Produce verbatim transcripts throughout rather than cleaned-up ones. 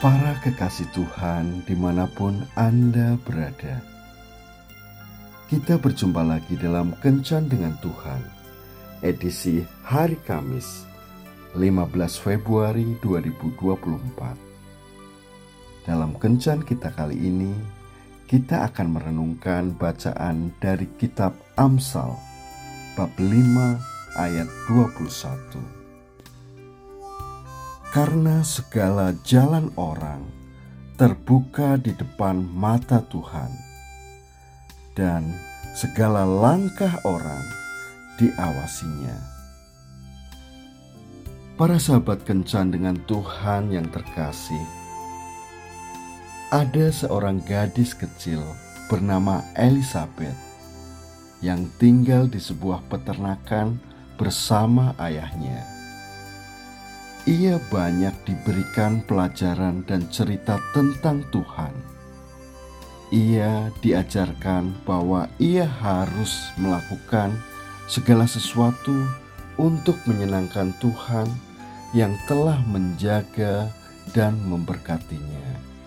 Para kekasih Tuhan dimanapun Anda berada, kita berjumpa lagi dalam Kencan dengan Tuhan, edisi hari Kamis, lima belas Februari dua ribu dua puluh empat. Dalam Kencan kita kali ini, kita akan merenungkan bacaan dari kitab Amsal, bab lima ayat dua puluh satu. Karena segala jalan orang terbuka di depan mata Tuhan, dan segala langkah orang diawasinya. Para sahabat Kencan dengan Tuhan yang terkasih, ada seorang gadis kecil bernama Elisabeth yang tinggal di sebuah peternakan bersama ayahnya. Ia banyak diberikan pelajaran dan cerita tentang Tuhan. Ia diajarkan bahwa ia harus melakukan segala sesuatu untuk menyenangkan Tuhan yang telah menjaga dan memberkatinya.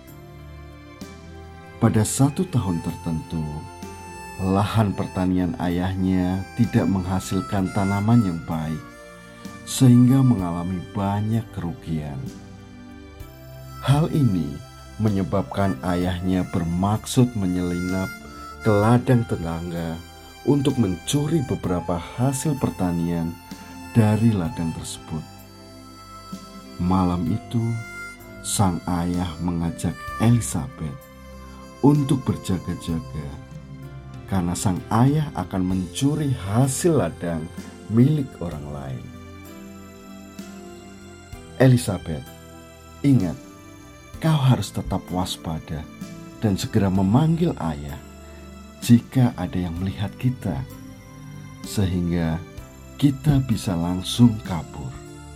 Pada satu tahun tertentu, lahan pertanian ayahnya tidak menghasilkan tanaman yang baik, sehingga mengalami banyak kerugian. Hal ini menyebabkan ayahnya bermaksud menyelinap ke ladang tetangga untuk mencuri beberapa hasil pertanian dari ladang tersebut. Malam itu, sang ayah mengajak Elisabeth untuk berjaga-jaga, karena sang ayah akan mencuri hasil ladang milik orang lain. Elisabeth, ingat, kau harus tetap waspada dan segera memanggil ayah jika ada yang melihat kita, sehingga kita bisa langsung kabur.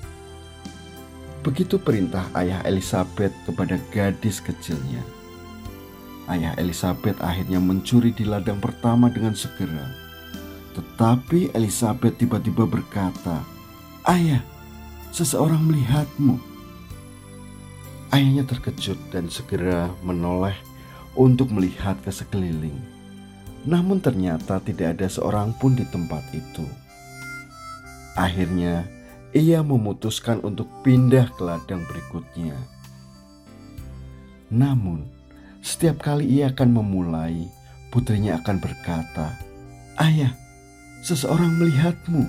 Begitu perintah ayah Elisabeth kepada gadis kecilnya. Ayah Elisabeth akhirnya mencuri di ladang pertama dengan segera. Tetapi Elisabeth tiba-tiba berkata, "Ayah, seseorang melihatmu." Ayahnya terkejut dan segera menoleh untuk melihat ke sekeliling. Namun ternyata tidak ada seorang pun di tempat itu. Akhirnya ia memutuskan untuk pindah ke ladang berikutnya. Namun setiap kali ia akan memulai, putrinya akan berkata, "Ayah, seseorang melihatmu."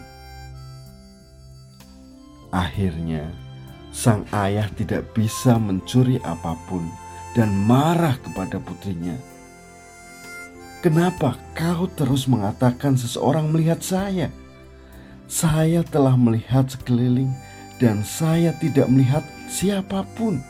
Akhirnya, sang ayah tidak bisa mencuri apapun dan marah kepada putrinya. "Kenapa kau terus mengatakan seseorang melihat saya? Saya telah melihat sekeliling dan saya tidak melihat siapapun."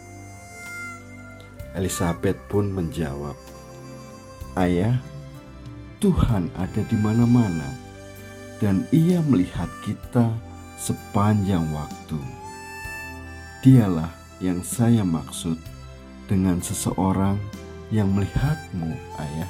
Elisabeth pun menjawab, "Ayah, Tuhan ada di mana-mana dan Ia melihat kita sepanjang waktu. Dialah yang saya maksud dengan seseorang yang melihatmu, ayah."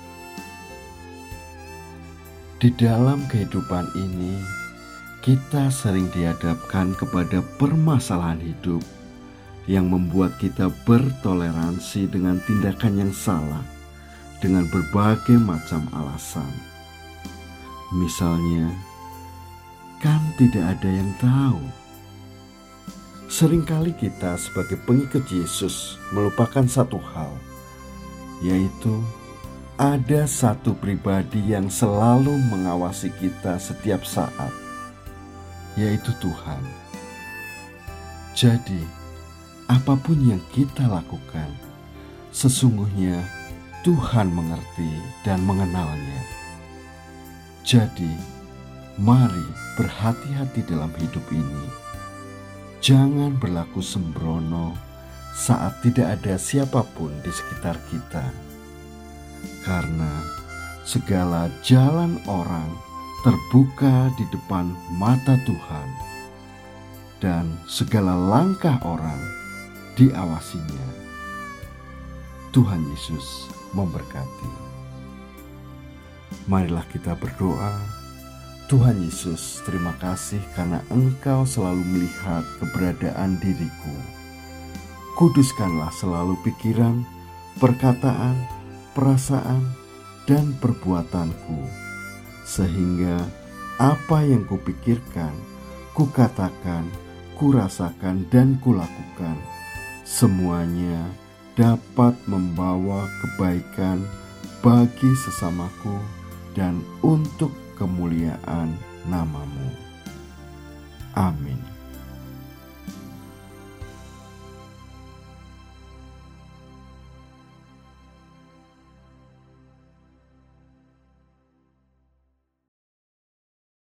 Di dalam kehidupan ini, kita sering dihadapkan kepada permasalahan hidup yang membuat kita bertoleransi dengan tindakan yang salah dengan berbagai macam alasan. Misalnya, kan tidak ada yang tahu. Seringkali kita sebagai pengikut Yesus melupakan satu hal, yaitu ada satu pribadi yang selalu mengawasi kita setiap saat, yaitu Tuhan. Jadi, apapun yang kita lakukan, sesungguhnya Tuhan mengerti dan mengenalnya. Jadi, mari berhati-hati dalam hidup ini. Jangan berlaku sembrono saat tidak ada siapapun di sekitar kita. Karena segala jalan orang terbuka di depan mata Tuhan, dan segala langkah orang diawasinya. Tuhan Yesus memberkati. Marilah kita berdoa. Tuhan Yesus, terima kasih karena Engkau selalu melihat keberadaan diriku. Kuduskanlah selalu pikiran, perkataan, perasaan, dan perbuatanku, sehingga apa yang kupikirkan, kukatakan, kurasakan, dan kulakukan, semuanya dapat membawa kebaikan bagi sesamaku dan untuk kemuliaan namamu. Amin.